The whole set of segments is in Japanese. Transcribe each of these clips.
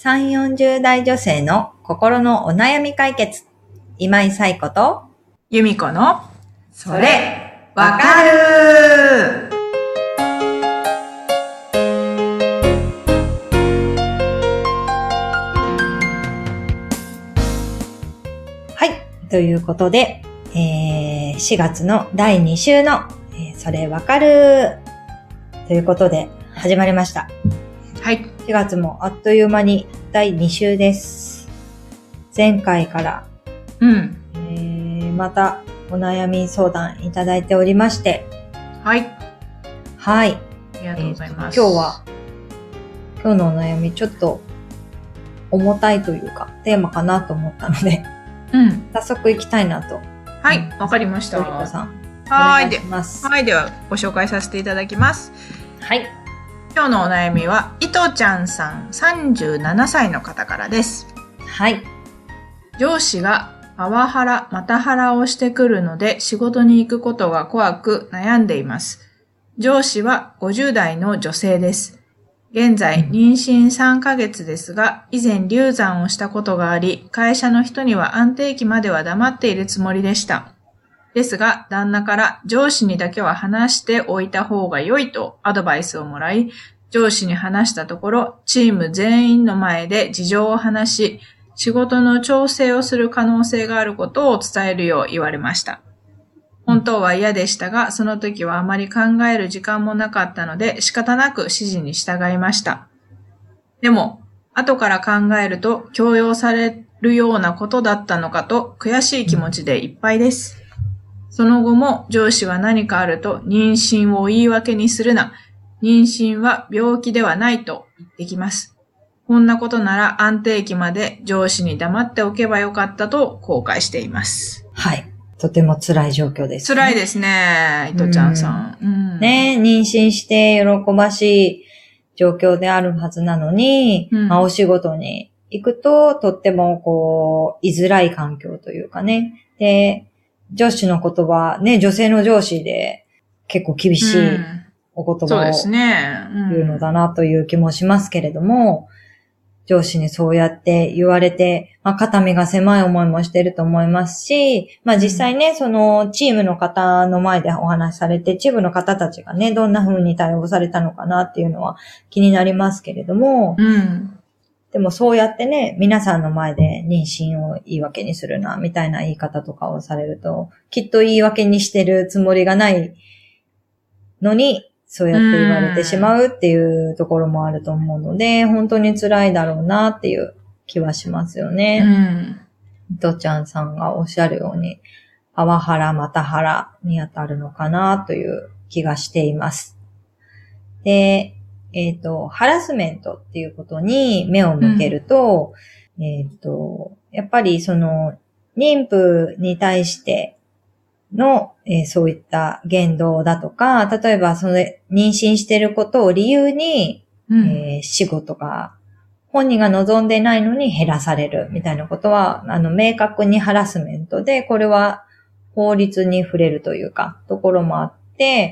3、40代女性の心のお悩み解決。今井彩子と由美子のそれわかる。 はい。ということで、4月の第2週の、それわかるということで始まりました。 はい。 4月もあっという間に第2週です。前回から、またお悩み相談いただいておりまして。 はい。 はい。 ありがとうございます。 今日のお悩みちょっと重たいというかテーマかなと思ったので、早速行きたいなと。 はい、わかりました。 トリコさん。 はい。 お願いします。 はい、ではご紹介させていただきます。 はい。 今日のお悩みは、いとちゃんさん37歳の方からです。 はい。 上司がパワハラ、マタハラをしてくるので仕事に行くことが怖く悩んでいます。上司は50代の女性です。現在妊娠3ヶ月ですが、以前流産をしたことがあり、会社の人には安定期までは黙っているつもりでした。ですが、旦那から上司にだけは話しておいた方が良いとアドバイスをもらい、上司に話したところ、チーム全員の前で事情を話し、仕事の調整をする可能性があることを伝えるよう言われました。本当は嫌でしたが、その時はあまり考える時間もなかったので仕方なく指示に従いました。でも、後から考えると強要されるようなことだったのかと悔しい気持ちでいっぱいです。その後も上司は何かあると妊娠を言い訳にするな、妊娠は病気ではないと言ってきます。こんなことなら安定期まで上司に黙っておけばよかったと後悔しています。 はい。とても辛い状況です、 ね。辛いですね、いとちゃんさん。 ね、妊娠して喜ばしい状況であるはずなのに、お仕事に行くととっても居づらい環境というかね。で、上司の言葉、ね、女性の上司で結構厳しいお言葉を言うのだなという気もしますけれども、上司にそうやって言われて、肩身が狭い思いもしてると思いますし、実際ね、そのチームの方の前でお話しされて、チームの方たちがね、どんな風に対応されたのかなっていうのは気になりますけれども、でもそうやってね、皆さんの前で妊娠を言い訳にするな、みたいな言い方とかをされると、きっと言い訳にしてるつもりがないのに、そうやって言われてしまうっていうところもあると思うので、本当に辛いだろうなっていう気はしますよね。いとちゃんさんがおっしゃるように、パワハラ、マタハラに当たるのかなという気がしています。で、ハラスメントっていうことに目を向けると、やっぱりその妊婦に対しての、そういった言動だとか、例えばその妊娠していることを理由に、仕事が本人が望んでいないのに減らされるみたいなことは、明確にハラスメントで、これは法律に触れるというか、ところもあって、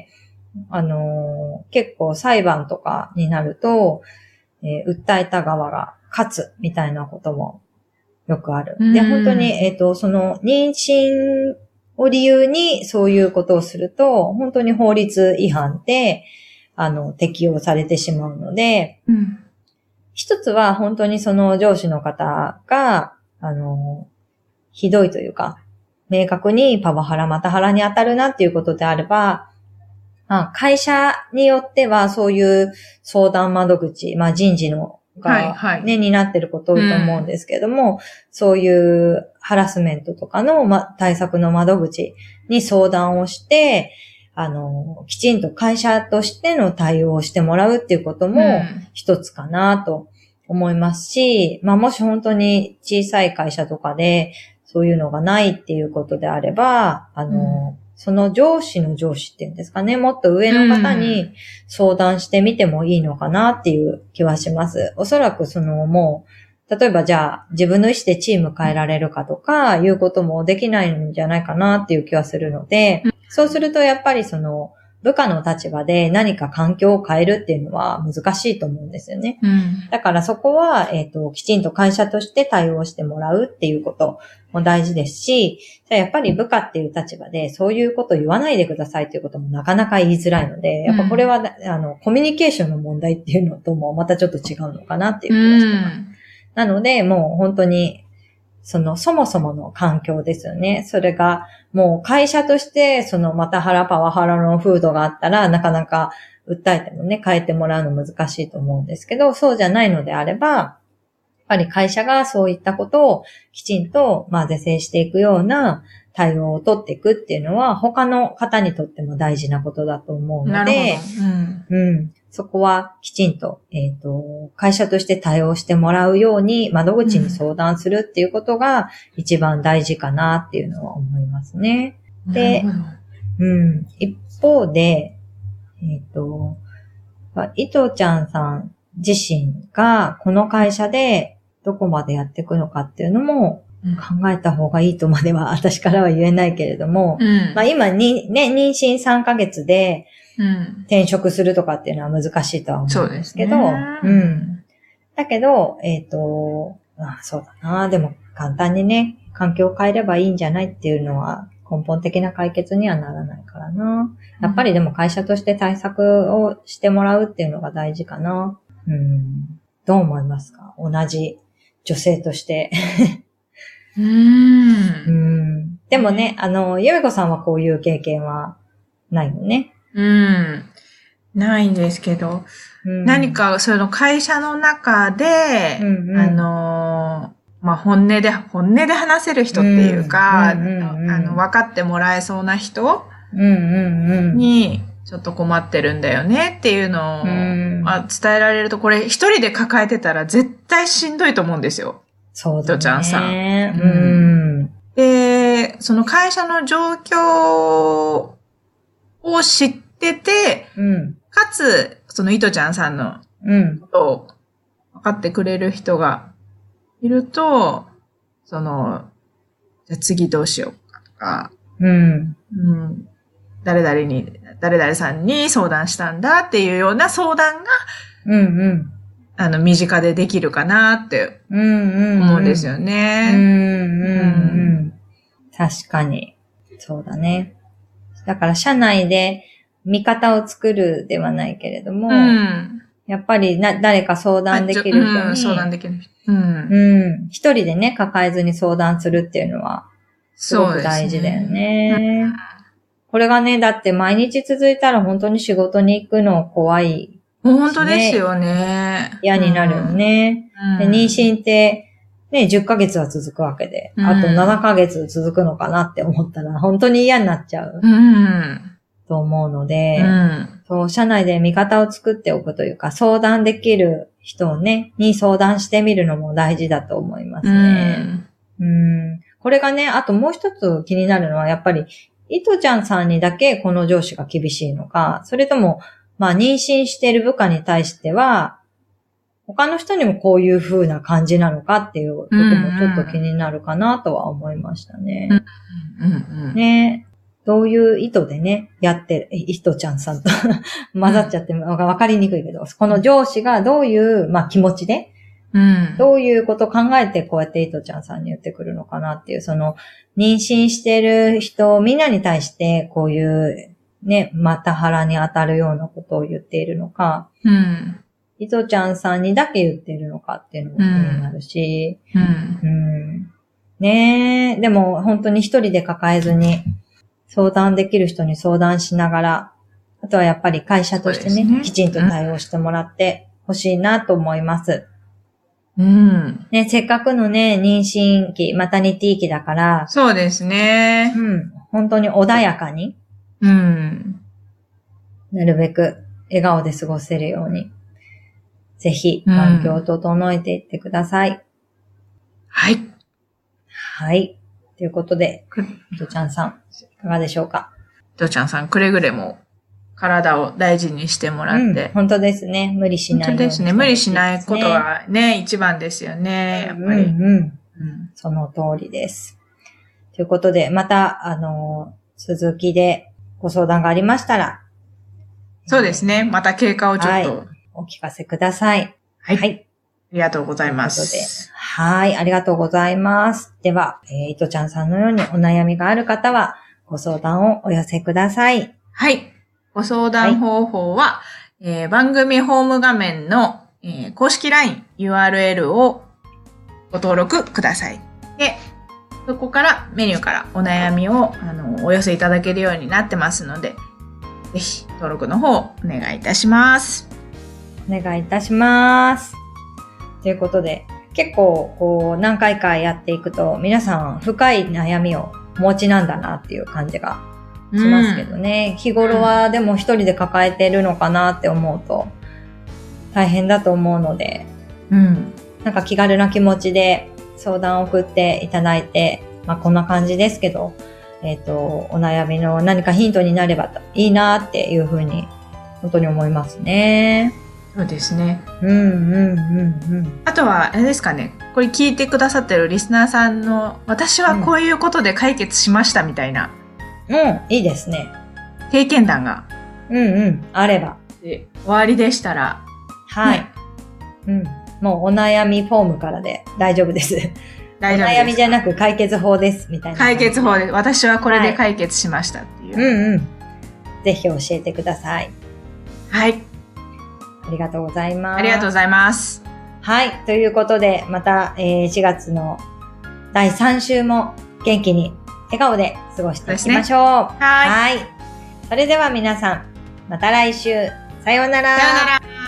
結構裁判とかになると、訴えた側が勝つみたいなこともよくある。で、本当に、その妊娠を理由にそういうことをすると、本当に法律違反で、適用されてしまうので、一つは本当にその上司の方が、ひどいというか、明確にパワハラ、マタハラに当たるなっていうことであれば、会社によってはそういう相談窓口、人事のがね、になってること多いと思うんですけども、そういうハラスメントとかの、対策の窓口に相談をして、きちんと会社としての対応をしてもらうっていうことも一つかなと思いますし、もし本当に小さい会社とかでそういうのがないっていうことであれば、その上司の上司っていうんですかね、もっと上の方に相談してみてもいいのかなっていう気はします。おそらくもう、例えばじゃあ自分の意思でチーム変えられるかとかいうこともできないんじゃないかなっていう気はするので、そうするとやっぱり部下の立場で何か環境を変えるっていうのは難しいと思うんですよね。だからそこは、きちんと会社として対応してもらうっていうことも大事ですし、やっぱり部下っていう立場でそういうこと言わないでくださいっていうこともなかなか言いづらいので、やっぱこれは、コミュニケーションの問題っていうのともまたちょっと違うのかなっていう気がしてます。なので、もう本当に、そもそもの環境ですよね。それが、もう会社として、またハラパワハラの風土があったら、なかなか訴えてもね、変えてもらうの難しいと思うんですけど、そうじゃないのであれば、やっぱり会社がそういったことをきちんと、是正していくような対応を取っていくっていうのは、他の方にとっても大事なことだと思うので、そこはきちんと、会社として対応してもらうように窓口に相談するっていうことが一番大事かなっていうのは思いますね。で、一方で、伊藤ちゃんさん自身がこの会社でどこまでやっていくのかっていうのも考えた方がいいとまでは私からは言えないけれども、今にね、妊娠3ヶ月で、転職するとかっていうのは難しいとは思うんですけど、だけど、そうだな。でも簡単にね、環境を変えればいいんじゃないっていうのは根本的な解決にはならないからな。やっぱりでも会社として対策をしてもらうっていうのが大事かな。どう思いますか？同じ女性として。でもね、ゆめこさんはこういう経験はないよね。 ないんですけど、何かその会社の中で、本音で話せる人っていうか、分かってもらえそうな人に、ちょっと困ってるんだよねっていうのを、伝えられると、これ一人で抱えてたら絶対しんどいと思うんですよ。 そうだね。 伊藤ちゃんさん。で、その会社の状況を知ってて、かつ、その伊藤ちゃんさんのことを分かってくれる人がいると、じゃあ次どうしようかとか、誰々さんに相談したんだっていうような相談が、身近でできるかなって思うんですよね。 確かに。そうだね。だから社内で味方を作るではないけれども、やっぱり誰か相談できる人に、 相談できる人。 一人でね、抱えずに相談するっていうのは、すごく大事だよね。これがね、だって毎日続いたら本当に仕事に行くの怖い、 本当ですよね。 嫌になるよね。で妊娠って、ね、10ヶ月は続くわけで、あと7ヶ月続くのかなって思ったら、本当に嫌になっちゃう。と思うので、社内で味方を作っておくというか、相談できる人をね、に相談してみるのも大事だと思いますね。これがね、あともう一つ気になるのは、やっぱり、伊藤ちゃんさんにだけこの上司が厳しいのか、それとも、妊娠している部下に対しては、他の人にもこういう風な感じなのかっていうこともちょっと気になるかなとは思いましたね。ね。どういう意図でね、やってる、伊藤ちゃんさんと混ざっちゃってわかりにくいけど、この上司がどういう、気持ちで、どういうことを考えてこうやって伊藤ちゃんさんに言ってくるのかなっていう、妊娠してる人、みんなに対してこういうね、また腹に当たるようなことを言っているのか、伊藤ちゃんさんにだけ言ってるのかっていうのも気になるし、ねえ、でも本当に一人で抱えずに相談できる人に相談しながら、あとはやっぱり会社としてね、きちんと対応してもらってほしいなと思います。ね、せっかくのね、妊娠期、マタニティ期だから、 そうですね。 本当に穏やかに、なるべく笑顔で過ごせるように、ぜひ環境を整えていってください。 はい。 はい。ということで、伊藤ちゃんさん、いかがでしょうか？ 伊藤ちゃんさん、くれぐれも体を大事にしてもらって。 本当ですね。無理しないように。 本当ですね。無理しないことがね、一番ですよね。やっぱり。 その通りです。ということで、また、続きでご相談がありましたら、 そうですね。また経過をちょっと。 はい、お聞かせください。 はい。はい。ありがとうございます。 ということで、はい、ありがとうございます。では、いとちゃんさんのようにお悩みがある方は、ご相談をお寄せください。 はい。ご相談方法は、番組ホーム画面の、公式 LINE URL をご登録ください。で、そこからメニューからお悩みをお寄せいただけるようになってますので、ぜひ登録の方お願いいたします。 お願いいたします。ということで、結構こう何回かやっていくと皆さん深い悩みをお持ちなんだなっていう感じがしますけどね。日頃はでも一人で抱えてるのかなって思うと大変だと思うので、なんか気軽な気持ちで相談を送っていただいて、まあこんな感じですけど、お悩みの何かヒントになればいいなっていうふうに本当に思いますね。 そうですね。あとは、あれですかね。これ聞いてくださってるリスナーさんの、私はこういうことで解決しましたみたいな。 いいですね。 経験談が。 あれば。 終わりでしたら。 はい。もうお悩みフォームからで大丈夫です。大丈夫です。お悩みじゃなく解決法です、みたいな。 解決法です。私はこれで解決しましたっていう。 ぜひ教えてください。 はい。 ありがとうございます。 ありがとうございます。 はい。ということで、また、4月の第3週も元気に笑顔で過ごしていきましょう。はい。それでは皆さん、また来週。さようなら。 さようなら。